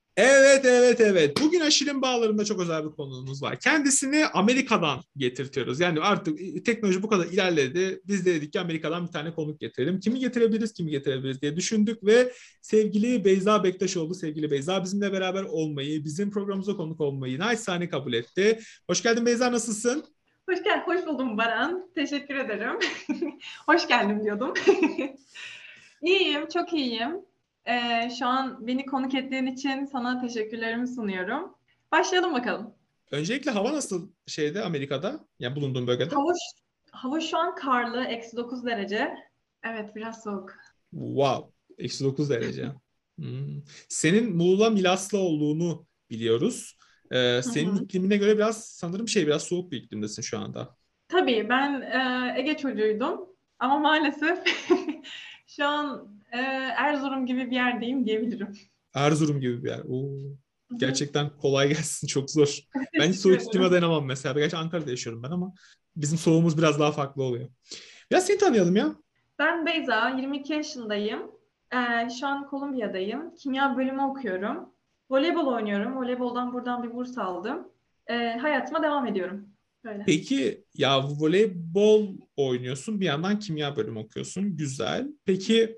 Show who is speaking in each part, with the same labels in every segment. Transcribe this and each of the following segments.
Speaker 1: Evet, evet, evet. Bugün Aşil'in bağlarında çok özel bir konuğumuz var. Kendisini Amerika'dan getirtiyoruz. Yani artık teknoloji bu kadar ilerledi. Biz de dedik ki Amerika'dan bir tane konuk getirelim. Kimi getirebiliriz diye düşündük ve sevgili Beyza Bektaşoğlu, sevgili Beyza bizimle beraber olmayı, bizim programımıza konuk olmayı naçizane kabul etti. Hoş geldin Beyza, nasılsın?
Speaker 2: Hoş buldum Baran. Teşekkür ederim. Hoş geldin diyordum. İyiyim, çok iyiyim. Şu an beni konuk ettiğin için sana teşekkürlerimi sunuyorum. Başlayalım bakalım.
Speaker 1: Öncelikle hava nasıl Amerika'da? Yani bulunduğun bölgede?
Speaker 2: Hava, hava şu an karlı, -9 derece. Evet, biraz soğuk.
Speaker 1: Wow. -9 derece. Hmm. Senin Muğla Milas'ta olduğunu biliyoruz.
Speaker 2: Hı
Speaker 1: Senin
Speaker 2: hı.
Speaker 1: iklimine göre biraz sanırım biraz soğuk bir iklimdesin şu anda.
Speaker 2: Tabii ben Ege çocuğuydum ama maalesef şu an Erzurum gibi bir yerdeyim diyebilirim.
Speaker 1: Erzurum gibi bir yer. Oo.
Speaker 2: Hı hı.
Speaker 1: Gerçekten kolay gelsin. Çok zor. Ben hiç
Speaker 2: Teşekkür
Speaker 1: soğuk iklime
Speaker 2: ederim.
Speaker 1: dayanamam mesela. Gerçi Ankara'da yaşıyorum ben ama bizim soğuğumuz biraz daha farklı oluyor. Biraz seni tanıyalım ya.
Speaker 2: Ben Beyza, 22 yaşındayım. Şu an Kolumbiya'dayım. Kimya bölümü okuyorum. Voleybol oynuyorum. Voleyboldan buradan bir burs aldım. Hayatıma devam ediyorum. Böyle.
Speaker 1: Peki ya voleybol oynuyorsun bir yandan kimya bölümü okuyorsun. Güzel. Peki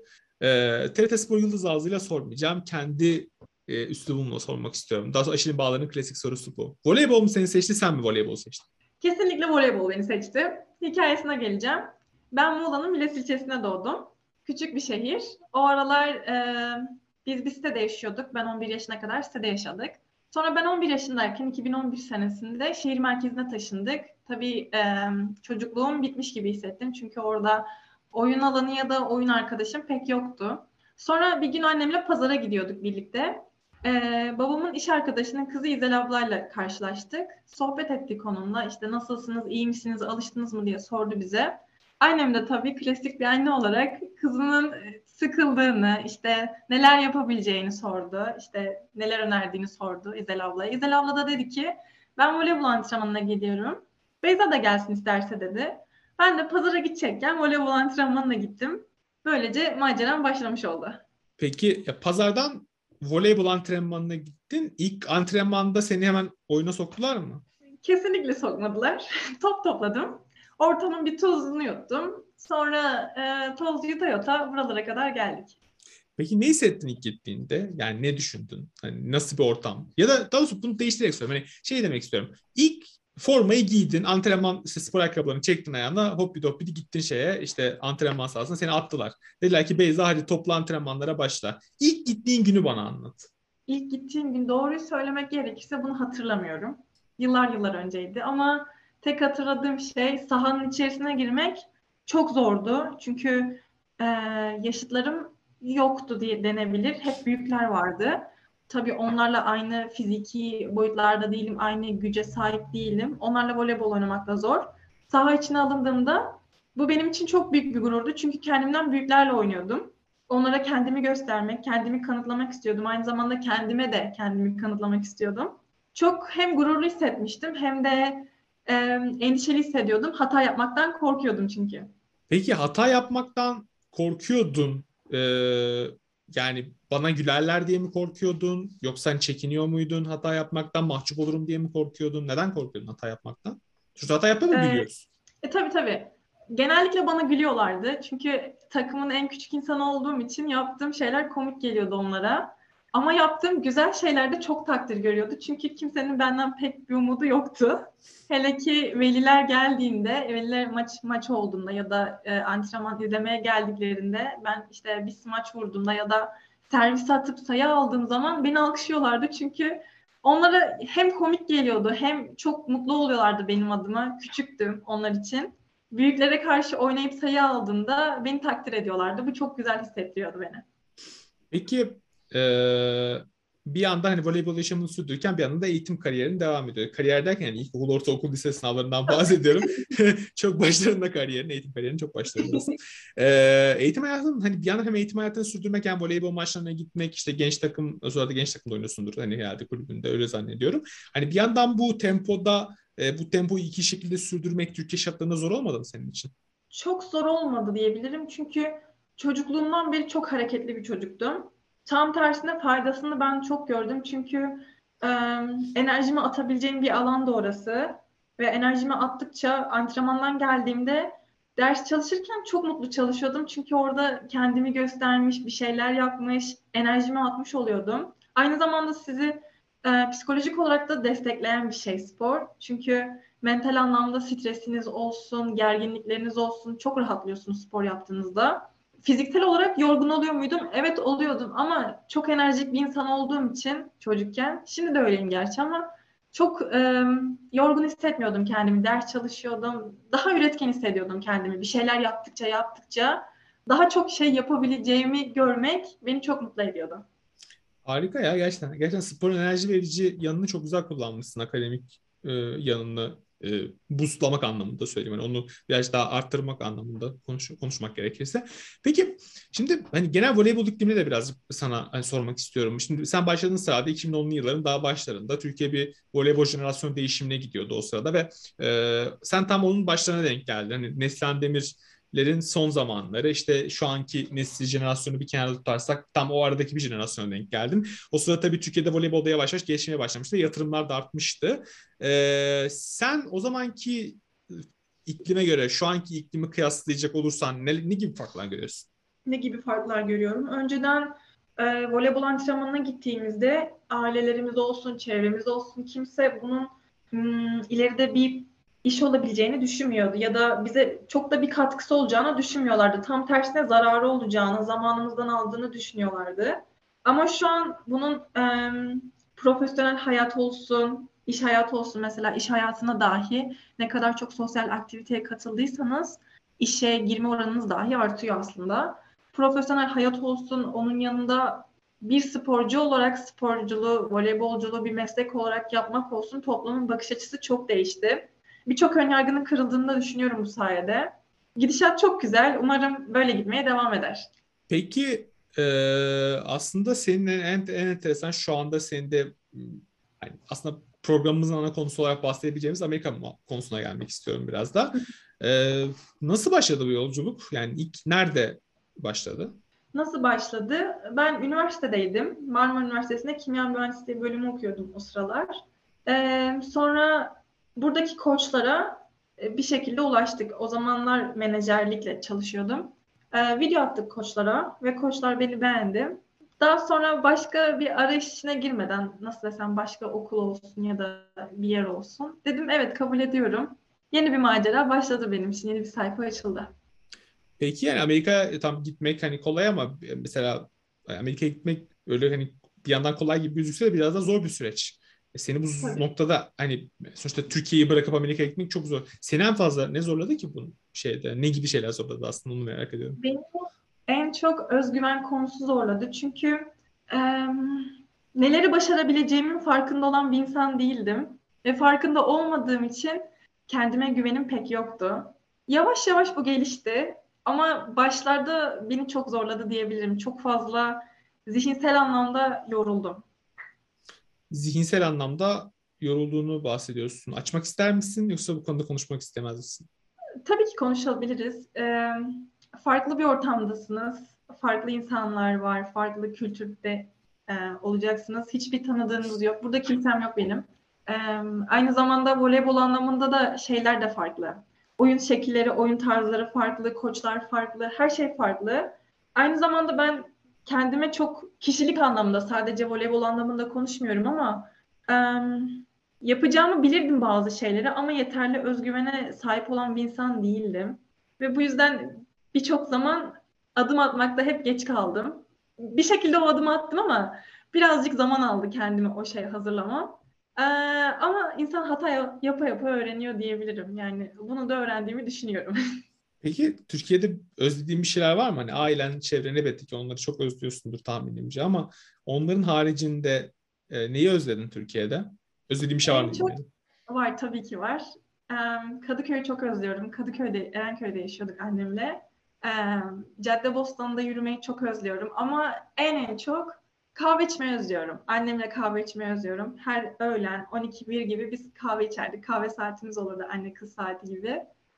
Speaker 1: TRT Spor Yıldız ağzıyla sormayacağım. Kendi üslubumla sormak istiyorum. Daha sonra Aşil'in bağlarının klasik sorusu bu. Voleybol mu seni seçti, sen mi voleybol seçtin?
Speaker 2: Kesinlikle voleybol beni seçti. Hikayesine geleceğim. Ben Muğla'nın Miles ilçesine doğdum. Küçük bir şehir. O aralar biz bir sitede yaşıyorduk. Ben 11 yaşına kadar sitede yaşadık. Sonra ben 11 yaşındayken 2011 senesinde şehir merkezine taşındık. Tabii çocukluğum bitmiş gibi hissettim. Çünkü orada oyun alanı ya da oyun arkadaşım pek yoktu. Sonra bir gün annemle pazara gidiyorduk birlikte. Babamın iş arkadaşının kızı İzel ablayla karşılaştık. Sohbet ettik onunla. İşte nasılsınız, iyi misiniz, alıştınız mı diye sordu bize. Annem de tabii klasik bir anne olarak kızının sıkıldığını, işte neler yapabileceğini sordu. İşte neler önerdiğini sordu İzel ablaya. İzel abla da dedi ki ben voleybol antrenmanına gidiyorum. Beyza da gelsin isterse dedi. Ben de pazara gidecekken voleybol antrenmanına gittim. Böylece maceram başlamış oldu.
Speaker 1: Peki ya, pazardan voleybol antrenmanına gittin. İlk antrenmanda seni hemen oyuna soktular mı?
Speaker 2: Kesinlikle sokmadılar. Top topladım. Ortamın bir tozunu yuttum. Sonra toz yuta yuta buralara kadar geldik.
Speaker 1: Peki ne hissettin ilk gittiğinde? Yani ne düşündün? Hani nasıl bir ortam? Ya da daha doğrusu bunu değiştirerek soruyorum. Hani demek istiyorum. İlk formayı giydin, antrenman işte spor ayakkabılarını çektin ayağına, hoppidi hoppidi gittin işte antrenman sahasına seni attılar. Dediler ki Beyza hadi toplu antrenmanlara başla. İlk gittiğin günü bana anlat.
Speaker 2: İlk gittiğim gün doğruyu söylemek gerekirse bunu hatırlamıyorum. Yıllar yıllar önceydi ama tek hatırladığım şey sahanın içerisine girmek çok zordu. Çünkü e, yaşıtlarım yoktu diye denebilir. Hep büyükler vardı. Tabii onlarla aynı fiziki boyutlarda değilim, aynı güce sahip değilim. Onlarla voleybol oynamak da zor. Saha içine alındığımda bu benim için çok büyük bir gururdu. Çünkü kendimden büyüklerle oynuyordum. Onlara kendimi göstermek, kendimi kanıtlamak istiyordum. Aynı zamanda kendime de kendimi kanıtlamak istiyordum. Çok hem gururlu hissetmiştim hem de e, endişeli hissediyordum. Hata yapmaktan korkuyordum çünkü.
Speaker 1: Peki hata yapmaktan korkuyordun. Yani bana gülerler diye mi korkuyordun? Yoksa hani çekiniyor muydun hata yapmaktan? Mahcup olurum diye mi korkuyordun? Neden korkuyordun hata yapmaktan? Çünkü hata yaptığını
Speaker 2: E,
Speaker 1: biliyoruz.
Speaker 2: tabii. Genellikle bana gülüyorlardı. Çünkü takımın en küçük insanı olduğum için yaptığım şeyler komik geliyordu onlara. Ama yaptığım güzel şeyler de çok takdir görüyordu. Çünkü kimsenin benden pek bir umudu yoktu. Hele ki veliler geldiğinde, veliler maç olduğunda ya da antrenman izlemeye geldiklerinde ben işte bir smaç vurduğumda ya da servis atıp sayı aldığım zaman beni alkışlıyorlardı. Çünkü onlara hem komik geliyordu hem çok mutlu oluyorlardı benim adıma. Küçüktüm onlar için. Büyüklere karşı oynayıp sayı aldığımda beni takdir ediyorlardı. Bu çok güzel hissettiriyordu beni.
Speaker 1: Peki bir yandan hani voleybol yaşamını sürdürürken bir yandan da eğitim kariyerin devam ediyor. Kariyer derken yani ilkokul, ortaokul, lise sınavlarından bahsediyorum. Çok başlarında kariyerin, eğitim kariyerinin çok başlarındasın. Eğitim hayatının hani bir yandan hem eğitim hayatını sürdürmek hem voleybol maçlarına gitmek işte genç takım, sonra da genç takımda oynuyorsundur. Hani herhalde kulübünde öyle zannediyorum. Hani bir yandan bu tempoyu iki şekilde sürdürmek Türkiye şartlarında zor olmadı mı senin için?
Speaker 2: Çok zor olmadı diyebilirim. Çünkü çocukluğumdan beri çok hareketli bir çocuktum. Tam tersine faydasını ben çok gördüm. Çünkü e, enerjimi atabileceğim bir alan da orası. Ve enerjimi attıkça antrenmandan geldiğimde ders çalışırken çok mutlu çalışıyordum. Çünkü orada kendimi göstermiş, bir şeyler yapmış, enerjimi atmış oluyordum. Aynı zamanda sizi psikolojik olarak da destekleyen bir şey spor. Çünkü mental anlamda stresiniz olsun, gerginlikleriniz olsun çok rahatlıyorsunuz spor yaptığınızda. Fiziksel olarak yorgun oluyor muydum? Evet oluyordum ama çok enerjik bir insan olduğum için çocukken, şimdi de öyleyim gerçi ama çok yorgun hissetmiyordum kendimi. Ders çalışıyordum. Daha üretken hissediyordum kendimi. Bir şeyler yaptıkça daha çok şey yapabileceğimi görmek beni çok mutlu ediyordu.
Speaker 1: Harika ya gerçekten. Gerçekten sporun enerji verici yanını çok güzel kullanmışsın, akademik yanını boostlamak anlamında söyleyeyim. Yani onu biraz daha arttırmak anlamında konuşmak gerekirse. Peki şimdi hani genel voleybol iklimini de birazcık sana hani sormak istiyorum. Şimdi sen başladığın sırada 2010'lu yılların daha başlarında Türkiye bir voleybol jenerasyon değişimine gidiyordu o sırada ve sen tam onun başlarına denk geldin. Hani Neslihan Demirler'in son zamanları, işte şu anki nesil jenerasyonu bir kenarda tutarsak tam o aradaki bir jenerasyona denk geldin. O sırada tabii Türkiye'de voleybolda yavaş yavaş gelişmeye başlamıştı. Yatırımlar da artmıştı. Sen o zamanki iklime göre şu anki iklimi kıyaslayacak olursan ne gibi farklar görüyorsun?
Speaker 2: Ne gibi farklar görüyorum? Önceden voleybol antrenmanına gittiğimizde ailelerimiz olsun, çevremiz olsun kimse bunun ileride bir iş olabileceğini düşünmüyordu ya da bize çok da bir katkısı olacağını düşünmüyorlardı. Tam tersine zararı olacağını, zamanımızdan aldığını düşünüyorlardı. Ama şu an bunun profesyonel hayat olsun, iş hayatı olsun, mesela iş hayatına dahi ne kadar çok sosyal aktiviteye katıldıysanız işe girme oranınız dahi artıyor aslında. Profesyonel hayat olsun, onun yanında bir sporcu olarak sporculuğu, voleybolculuğu bir meslek olarak yapmak olsun, toplumun bakış açısı çok değişti. Birçok önyargının kırıldığını da düşünüyorum bu sayede. Gidişat çok güzel. Umarım böyle gitmeye devam eder.
Speaker 1: Peki aslında senin en enteresan şu anda senin de yani aslında programımızın ana konusu olarak bahsedebileceğimiz Amerika konusuna gelmek istiyorum biraz da. Nasıl başladı bu yolculuk? Yani ilk nerede başladı?
Speaker 2: Nasıl başladı? Ben üniversitedeydim. Marmara Üniversitesi'nde kimya mühendisliği bölümü okuyordum o sıralar. Sonra buradaki koçlara bir şekilde ulaştık. O zamanlar menajerlikle çalışıyordum. Video attık koçlara ve koçlar beni beğendi. Daha sonra başka bir arayış içine girmeden, nasıl desem, başka okul olsun ya da bir yer olsun, dedim evet kabul ediyorum. Yeni bir macera başladı benim için. Yeni bir sayfa açıldı.
Speaker 1: Peki yani Amerika'ya tam gitmek hani kolay ama mesela Amerika'ya gitmek öyle hani bir yandan kolay gibi gözükse de biraz da zor bir süreç. Seni bu
Speaker 2: Tabii.
Speaker 1: noktada hani sonuçta Türkiye'yi bırakıp Amerika'ya gitmek çok zor. Seni en fazla ne zorladı ki bu şeyde? Ne gibi şeyler zorladı aslında onu merak ediyorum.
Speaker 2: Beni en çok özgüven konusu zorladı. Çünkü neleri başarabileceğimin farkında olan bir insan değildim. Ve farkında olmadığım için kendime güvenim pek yoktu. Yavaş yavaş bu gelişti. Ama başlarda beni çok zorladı diyebilirim. Çok fazla zihinsel anlamda yoruldum.
Speaker 1: Zihinsel anlamda yorulduğunu bahsediyorsun. Açmak ister misin yoksa bu konuda konuşmak istemez misin?
Speaker 2: Tabii ki konuşabiliriz. Farklı bir ortamdasınız. Farklı insanlar var. Farklı kültürde olacaksınız. Hiçbir tanıdığınız yok. Burada kimsem yok benim. Ee, Aynı zamanda voleybol anlamında da şeyler de farklı. Oyun şekilleri, oyun tarzları farklı, koçlar farklı, her şey farklı. Aynı zamanda ben kendime çok kişilik anlamda, sadece voleybol anlamında konuşmuyorum ama yapacağımı bilirdim bazı şeyleri ama yeterli özgüvene sahip olan bir insan değildim. Ve bu yüzden birçok zaman adım atmakta hep geç kaldım. Bir şekilde o adımı attım ama birazcık zaman aldı kendimi o şeye hazırlamam. Ama insan hata yapa yapa öğreniyor diyebilirim. Yani bunu da öğrendiğimi düşünüyorum.
Speaker 1: Peki Türkiye'de özlediğin bir şeyler var mı? Hani ailen, çevren elbette ki onları çok özlüyorsundur tahminimce ama onların haricinde neyi özledin Türkiye'de? Özlediğin bir şey var
Speaker 2: En
Speaker 1: mı
Speaker 2: çok
Speaker 1: diyeyim?
Speaker 2: var tabii ki var. Kadıköy'ü çok özlüyorum. Kadıköy'de, Erenköy'de yaşıyorduk annemle. Caddebostan'da yürümeyi çok özlüyorum. Ama en çok kahve içmeyi özlüyorum. Annemle kahve içmeyi özlüyorum. Her öğlen 12-1 gibi biz kahve içerdik. Kahve saatimiz olurdu, anne kız saati gibi.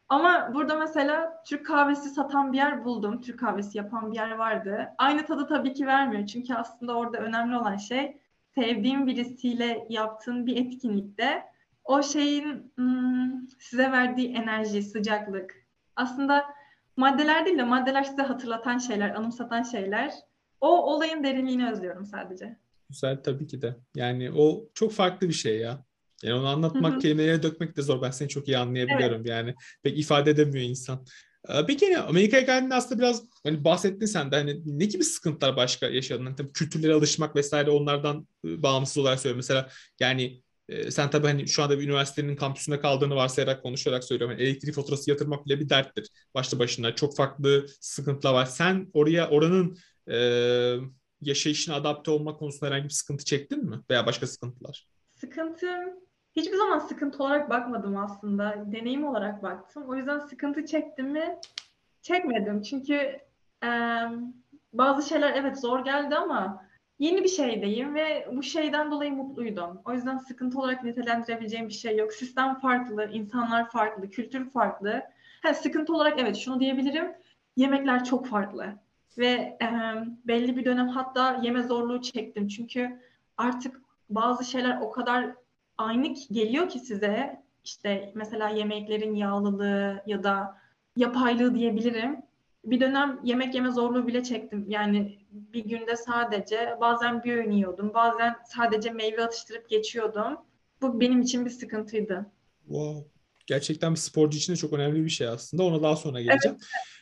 Speaker 2: Ama burada mesela Türk kahvesi satan bir yer buldum. Türk kahvesi yapan bir yer vardı. Aynı tadı tabii ki vermiyor. Çünkü aslında orada önemli olan şey sevdiğin birisiyle yaptığın bir etkinlikte o şeyin size verdiği enerji, sıcaklık. Aslında maddeler değil de maddeler size hatırlatan şeyler, anımsatan şeyler. O olayın derinliğini özlüyorum sadece.
Speaker 1: Güzel tabii ki de. Yani o çok farklı bir şey ya. Yani onu
Speaker 2: Hı
Speaker 1: anlatmak,
Speaker 2: hı.
Speaker 1: kelimelere dökmek de zor. Ben seni çok iyi
Speaker 2: Evet.
Speaker 1: anlayabiliyorum. Yani pek ifade edemiyor insan. Peki yani Amerika'ya geldiğinde aslında biraz hani bahsettin sen de hani ne gibi sıkıntılar başka yaşadın? Hani tabii kültürlere alışmak vesaire onlardan bağımsız olarak söylüyorum. Mesela yani sen tabii hani şu anda bir üniversitenin kampüsünde kaldığını varsayarak konuşarak söylüyorum. Yani elektrik faturası yatırmak bile bir derttir. Başlı başına çok farklı sıkıntılar var. Sen oranın e, yaşayışına adapte olma konusunda herhangi bir sıkıntı çektin mi? Veya başka sıkıntılar?
Speaker 2: Sıkıntı hiçbir zaman sıkıntı olarak bakmadım aslında. Deneyim olarak baktım. O yüzden sıkıntı çektim mi? Çekmedim. Çünkü e, bazı şeyler evet zor geldi ama yeni bir şeydeyim ve bu şeyden dolayı mutluydum. O yüzden sıkıntı olarak nitelendirebileceğim bir şey yok. Sistem farklı, insanlar farklı, kültür farklı. Ha, sıkıntı olarak evet şunu diyebilirim. Yemekler çok farklı. Ve belli bir dönem hatta yeme zorluğu çektim. Çünkü artık bazı şeyler o kadar aynı geliyor ki size. İşte mesela yemeklerin yağlılığı ya da yapaylığı diyebilirim. Bir dönem yemek yeme zorluğu bile çektim. Yani bir günde sadece bazen bir öğün yiyordum. Bazen sadece meyve atıştırıp geçiyordum. Bu benim için bir sıkıntıydı.
Speaker 1: Wow. Gerçekten bir sporcu için de çok önemli bir şey aslında. Ona daha sonra
Speaker 2: Evet.
Speaker 1: geleceğim.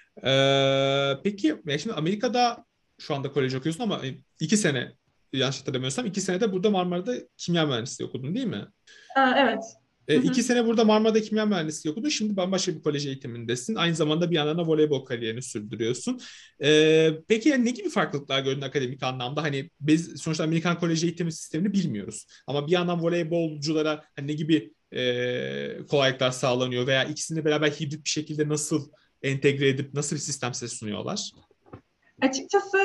Speaker 1: Peki ya şimdi Amerika'da şu anda kolej okuyorsun ama 2 sene yanlış hatırlamıyorsam 2 sene de burada Marmara'da kimya mühendisliği okudun değil mi?
Speaker 2: Evet. Hı hı.
Speaker 1: 2 sene burada Marmara'da kimya mühendisliği okudun. Şimdi bambaşka bir kolej eğitimindesin. Aynı zamanda bir yandan da voleybol kariyerini sürdürüyorsun. Peki yani ne gibi farklılıklar gördün akademik anlamda? Hani biz sonuçta Amerikan kolej eğitimi sistemini bilmiyoruz. Ama bir yandan voleybolculara hani ne gibi kolaylıklar sağlanıyor veya ikisini beraber hibrit bir şekilde nasıl entegre edip nasıl bir sistem size sunuyorlar?
Speaker 2: Açıkçası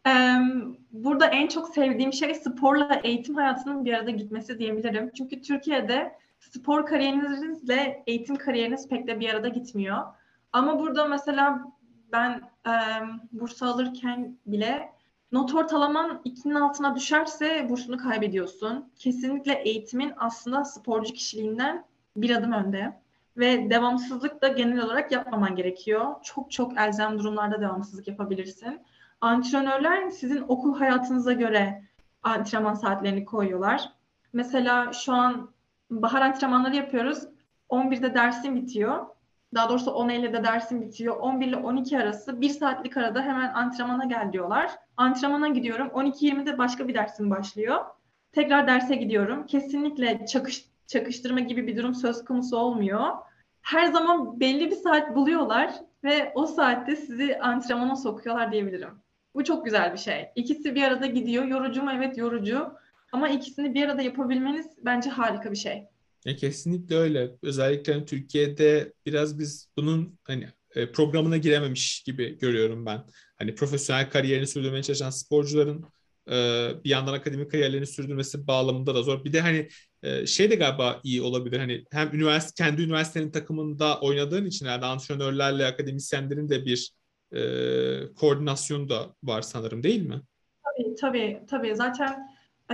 Speaker 2: burada en çok sevdiğim şey sporla eğitim hayatının bir arada gitmesi diyebilirim. Çünkü Türkiye'de spor kariyerinizle eğitim kariyeriniz pek de bir arada gitmiyor. Ama burada mesela ben burs alırken bile not ortalaman 2'nin altına düşerse bursunu kaybediyorsun. Kesinlikle eğitimin aslında sporcu kişiliğinden bir adım önde. Ve devamsızlık da genel olarak yapmaman gerekiyor. Çok çok elzem durumlarda devamsızlık yapabilirsin. Antrenörler sizin okul hayatınıza göre antrenman saatlerini koyuyorlar. Mesela şu an bahar antrenmanları yapıyoruz. 11'de dersim bitiyor. Daha doğrusu 10.50'de dersim bitiyor. 11 ile 12 arası 1 saatlik arada hemen antrenmana gel diyorlar. Antrenmana gidiyorum. 12.20'de başka bir dersim başlıyor. Tekrar derse gidiyorum. Kesinlikle çakıştırma gibi bir durum söz konusu olmuyor. Her zaman belli bir saat buluyorlar ve o saatte sizi antrenmana sokuyorlar diyebilirim. Bu çok güzel bir şey. İkisi bir arada gidiyor. Yorucu mu? Evet yorucu. Ama ikisini bir arada yapabilmeniz bence harika bir şey.
Speaker 1: Kesinlikle öyle. Özellikle hani Türkiye'de biraz biz bunun hani programına girememiş gibi görüyorum ben. Hani profesyonel kariyerini sürdürmeye çalışan sporcuların bir yandan akademik kariyerlerini sürdürmesi bağlamında da zor. Bir de hani şey de galiba iyi olabilir. Hani hem kendi üniversitenin takımında oynadığın için herhalde antrenörlerle akademisyenlerin de bir koordinasyonu da var sanırım değil mi?
Speaker 2: Tabii, tabii, tabii. Zaten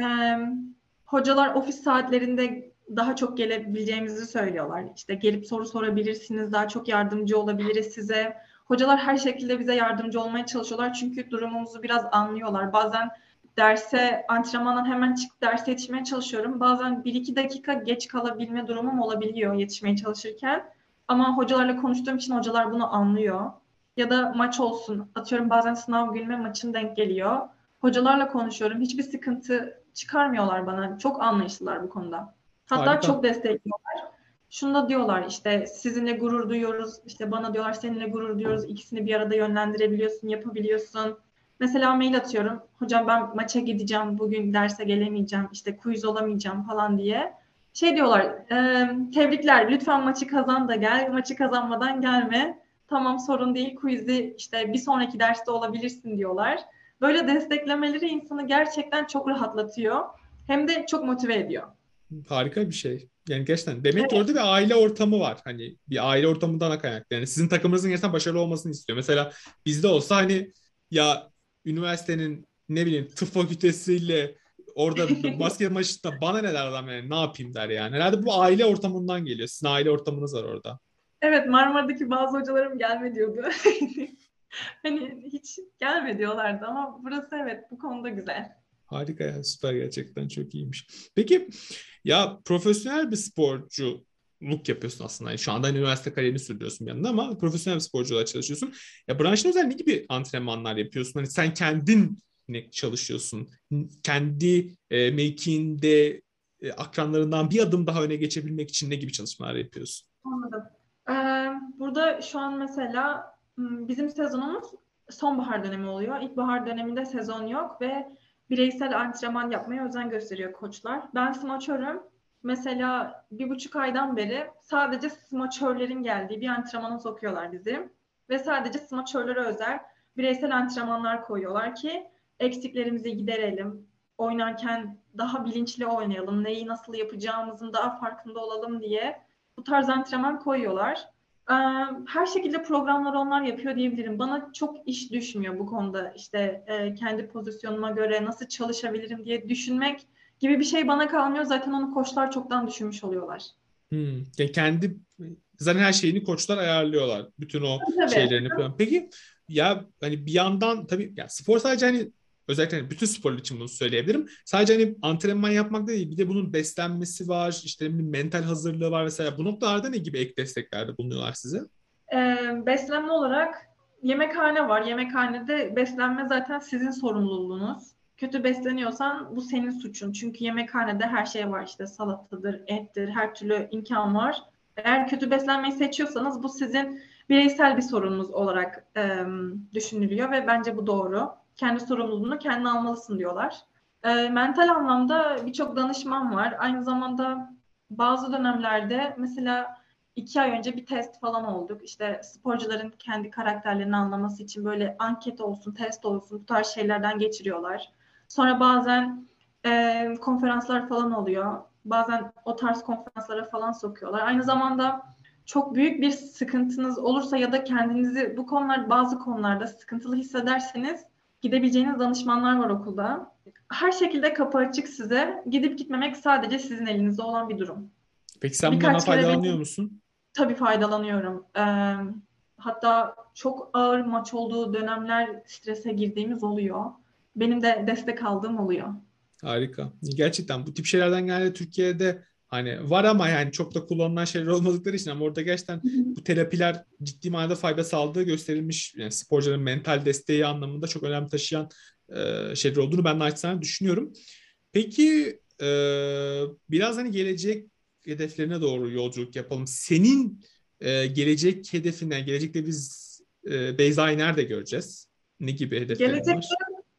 Speaker 2: hocalar ofis saatlerinde daha çok gelebileceğimizi söylüyorlar. İşte gelip soru sorabilirsiniz, daha çok yardımcı olabiliriz size. Hocalar her şekilde bize yardımcı olmaya çalışıyorlar çünkü durumumuzu biraz anlıyorlar. Bazen antrenmandan hemen çıkıp derse yetişmeye çalışıyorum. Bazen 1-2 dakika geç kalabilme durumum olabiliyor yetişmeye çalışırken. Ama hocalarla konuştuğum için hocalar bunu anlıyor. Ya da maç olsun, atıyorum bazen sınav günüme maçın denk geliyor. Hocalarla konuşuyorum. Hiçbir sıkıntı çıkarmıyorlar bana. Çok anlayışlılar bu konuda. Hatta
Speaker 1: Harika.
Speaker 2: çok destekliyorlar. Şunu da diyorlar işte sizinle gurur duyuyoruz. İşte bana diyorlar seninle gurur duyuyoruz. İkisini bir arada yönlendirebiliyorsun, yapabiliyorsun. Mesela mail atıyorum. Hocam ben maça gideceğim. Bugün derse gelemeyeceğim. İşte quiz olamayacağım falan diye. Şey diyorlar. Tebrikler. Lütfen maçı kazan da gel. Maçı kazanmadan gelme. Tamam sorun değil. Quiz'i işte bir sonraki derste olabilirsin diyorlar. Böyle desteklemeleri insanı gerçekten çok rahatlatıyor. Hem de çok motive ediyor.
Speaker 1: Harika bir şey. Yani gerçekten demek ki
Speaker 2: Evet.
Speaker 1: orada bir aile ortamı var. Hani bir aile ortamından da kaynaklı. Yani sizin takımınızın gerçekten başarılı olmasını istiyor. Mesela bizde olsa hani ya üniversitenin ne bileyim tıp fakültesiyle orada basket maçında bana ne der adam yani ne yapayım der yani. Herhalde bu aile ortamından geliyor. Sizin aile ortamınız var orada.
Speaker 2: Evet, Marmara'daki bazı hocalarım gelme diyordu. Hani hiç gelme diyorlardı ama burası evet bu konuda güzel.
Speaker 1: Harika ya, süper, gerçekten çok iyiymiş. Peki ya profesyonel bir sporculuk yapıyorsun aslında. Yani şu anda hani üniversite kariyerini sürdürüyorsun bir yanında ama profesyonel bir sporcu olarak çalışıyorsun. Ya branşına özel ne gibi antrenmanlar yapıyorsun? Hani sen kendin ne çalışıyorsun? Kendi mevkiinde akranlarından bir adım daha öne geçebilmek için ne gibi çalışmalar yapıyorsun?
Speaker 2: Anladım. Burada şu an mesela bizim sezonumuz sonbahar dönemi oluyor. İlkbahar döneminde sezon yok ve bireysel antrenman yapmaya özen gösteriyor koçlar. Ben smaçörüm. Mesela 1,5 aydan beri sadece smaçörlerin geldiği bir antrenmana sokuyorlar bizi. Ve sadece smaçörlere özel bireysel antrenmanlar koyuyorlar ki eksiklerimizi giderelim. Oynarken daha bilinçli oynayalım. Neyi nasıl yapacağımızın daha farkında olalım diye bu tarz antrenman koyuyorlar. Her şekilde programları onlar yapıyor diyebilirim. Bana çok iş düşmüyor bu konuda. İşte kendi pozisyonuma göre nasıl çalışabilirim diye düşünmek gibi bir şey bana kalmıyor. Zaten onu koçlar çoktan düşünmüş oluyorlar.
Speaker 1: Yani kendi zaten her şeyini koçlar ayarlıyorlar. Bütün o
Speaker 2: Tabii.
Speaker 1: şeylerini falan. Peki ya hani bir yandan tabii ya spor sadece hani özellikle hani bütün sporlar için bunu söyleyebilirim. Sadece hani antrenman yapmak değil, bir de bunun beslenmesi var, işte ne bileyim, mental hazırlığı var mesela. Bu noktalarda ne gibi ek desteklerde bulunuyorlar size?
Speaker 2: Beslenme olarak yemekhane var. Yemekhanede beslenme zaten sizin sorumluluğunuz. Kötü besleniyorsan bu senin suçun. Çünkü yemekhanede her şey var, işte salatadır, ettir, her türlü imkan var. Eğer kötü beslenmeyi seçiyorsanız bu sizin bireysel bir sorununuz olarak düşünülüyor ve bence bu doğru. Kendi sorumluluğunu kendin almalısın diyorlar. Mental anlamda birçok danışman var. Aynı zamanda bazı dönemlerde mesela 2 ay önce bir test falan olduk. İşte sporcuların kendi karakterlerini anlaması için böyle anket olsun, test olsun bu tarz şeylerden geçiriyorlar. Sonra bazen konferanslar falan oluyor. Bazen o tarz konferanslara falan sokuyorlar. Aynı zamanda çok büyük bir sıkıntınız olursa ya da kendinizi bu konular bazı konularda sıkıntılı hissederseniz gidebileceğiniz danışmanlar var okulda. Her şekilde kapı açık size. Gidip gitmemek sadece sizin elinizde olan bir durum.
Speaker 1: Peki sen bunlardan
Speaker 2: Birkaç kere
Speaker 1: faydalanıyor
Speaker 2: benim
Speaker 1: musun?
Speaker 2: tabii faydalanıyorum. Hatta çok ağır maç olduğu dönemler strese girdiğimiz oluyor. Benim de destek aldığım oluyor.
Speaker 1: Harika. Gerçekten bu tip şeylerden genelde Türkiye'de hani var ama yani çok da kullanılan şeyler olmadıkları için ama orada gerçekten
Speaker 2: Hı hı.
Speaker 1: bu terapiler ciddi manada fayda sağladığı gösterilmiş. Yani sporcuların mental desteği anlamında çok önem taşıyan şeyler olduğunu ben de açısından düşünüyorum. Peki biraz hani gelecek hedeflerine doğru yolculuk yapalım. Senin gelecek hedefine, gelecekte biz Beyza'yı nerede göreceğiz? Ne gibi hedeflerin
Speaker 2: Gelecekte
Speaker 1: var?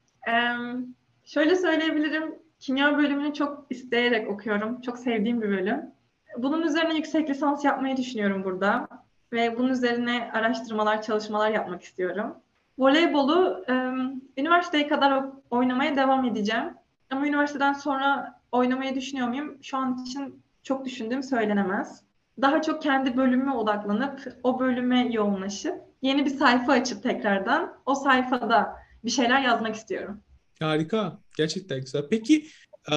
Speaker 2: şöyle söyleyebilirim. Kimya bölümünü çok isteyerek okuyorum. Çok sevdiğim bir bölüm. Bunun üzerine yüksek lisans yapmayı düşünüyorum burada. Ve bunun üzerine araştırmalar, çalışmalar yapmak istiyorum. Voleybolu üniversiteye kadar oynamaya devam edeceğim. Ama üniversiteden sonra oynamayı düşünüyor muyum? Şu an için çok düşündüğüm söylenemez. Daha çok kendi bölümüme odaklanıp o bölüme yoğunlaşıp yeni bir sayfa açıp tekrardan o sayfada bir şeyler yazmak istiyorum.
Speaker 1: Harika. Gerçekten güzel. Peki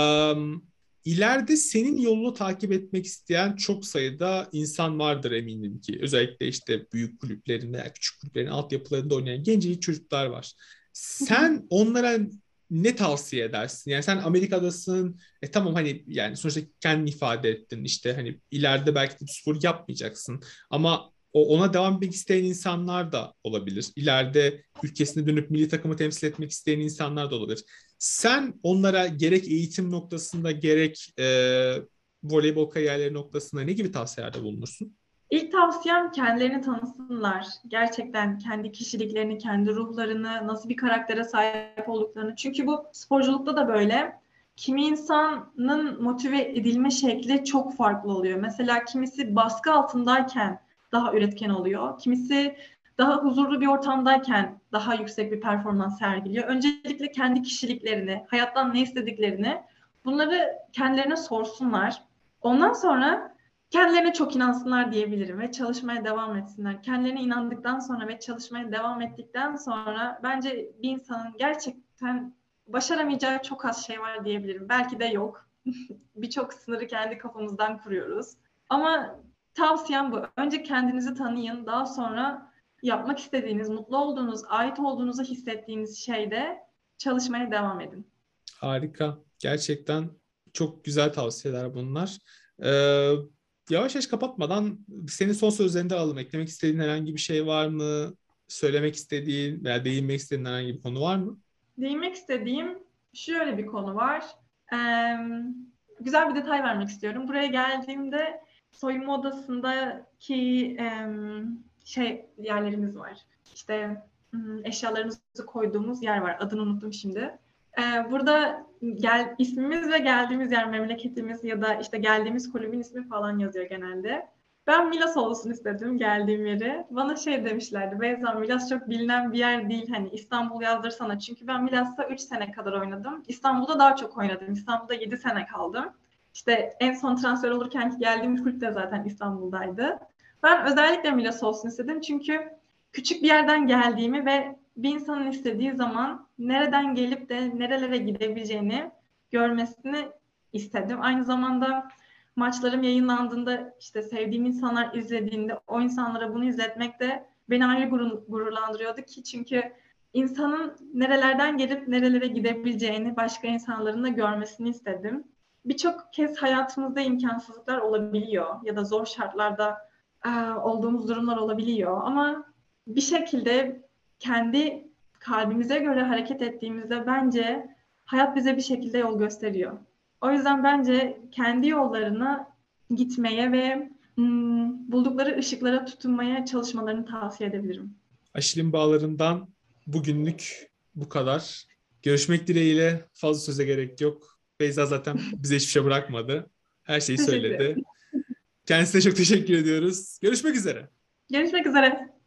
Speaker 1: ileride senin yolunu takip etmek isteyen çok sayıda insan vardır eminim ki. Özellikle işte büyük kulüplerin veya küçük kulüplerin altyapılarında oynayan gencecik çocuklar var. Sen onlara ne tavsiye edersin? Yani sen Amerika'dasın. Tamam hani yani sonuçta kendini ifade ettin. İşte hani ileride belki de bu sporu yapmayacaksın. Ama ona devam etmek isteyen insanlar da olabilir. İleride ülkesine dönüp milli takımı temsil etmek isteyen insanlar da olabilir. Sen onlara gerek eğitim noktasında gerek voleybol kariyerleri noktasında ne gibi tavsiyelerde bulunursun?
Speaker 2: İlk tavsiyem kendilerini tanısınlar. Gerçekten kendi kişiliklerini, kendi ruhlarını, nasıl bir karaktere sahip olduklarını. Çünkü bu sporculukta da böyle. Kimi insanın motive edilme şekli çok farklı oluyor. Mesela kimisi baskı altındayken daha üretken oluyor. Kimisi daha huzurlu bir ortamdayken daha yüksek bir performans sergiliyor. Öncelikle kendi kişiliklerini, hayattan ne istediklerini bunları kendilerine sorsunlar. Ondan sonra kendilerine çok inansınlar diyebilirim ve çalışmaya devam etsinler. Kendilerine inandıktan sonra ve çalışmaya devam ettikten sonra bence bir insanın gerçekten başaramayacağı çok az şey var diyebilirim. Belki de yok. Birçok sınırı kendi kafamızdan kuruyoruz. Ama tavsiyem bu. Önce kendinizi tanıyın. Daha sonra yapmak istediğiniz, mutlu olduğunuz, ait olduğunuzu hissettiğiniz şeyde çalışmaya devam edin.
Speaker 1: Harika. Gerçekten çok güzel tavsiyeler bunlar. Ee, Yavaş yavaş kapatmadan senin son sözlerini de alalım. Eklemek istediğin herhangi bir şey var mı? Söylemek istediğin veya değinmek istediğin herhangi bir konu var mı?
Speaker 2: Değinmek istediğim şöyle bir konu var. Ee, Güzel bir detay vermek istiyorum. Buraya geldiğimde soyunma odasındaki yerlerimiz var. İşte eşyalarımızı koyduğumuz yer var. Adını unuttum şimdi. Burada ismimiz ve geldiğimiz yer, memleketimiz ya da işte geldiğimiz kulübün ismi falan yazıyor genelde. Ben Milas olsun istedim geldiğim yeri. Bana şey demişlerdi. Beyza, Milas çok bilinen bir yer değil. Hani İstanbul yazdırsana. Çünkü ben Milas'ta 3 sene kadar oynadım. İstanbul'da daha çok oynadım. İstanbul'da 7 sene kaldım. İşte en son transfer olurken geldiğim kulüp de zaten İstanbul'daydı. Ben özellikle Milas olsun istedim. Çünkü küçük bir yerden geldiğimi ve bir insanın istediği zaman nereden gelip de nerelere gidebileceğini görmesini istedim. Aynı zamanda maçlarım yayınlandığında işte sevdiğim insanlar izlediğinde o insanlara bunu izletmek de beni ayrı gururlandırıyordu ki çünkü insanın nerelerden gelip nerelere gidebileceğini başka insanların da görmesini istedim. Birçok kez hayatımızda imkansızlıklar olabiliyor ya da zor şartlarda olduğumuz durumlar olabiliyor ama bir şekilde kendi kalbimize göre hareket ettiğimizde bence hayat bize bir şekilde yol gösteriyor. O yüzden bence kendi yollarına gitmeye ve buldukları ışıklara tutunmaya çalışmalarını tavsiye edebilirim.
Speaker 1: Aşil'in bağlarından bugünlük bu kadar. Görüşmek dileğiyle, fazla söze gerek yok. Beyza zaten bize hiçbir şey bırakmadı. Her şeyi
Speaker 2: Teşekkür ederim.
Speaker 1: söyledi. Kendisine çok teşekkür ediyoruz. Görüşmek üzere.
Speaker 2: Görüşmek üzere.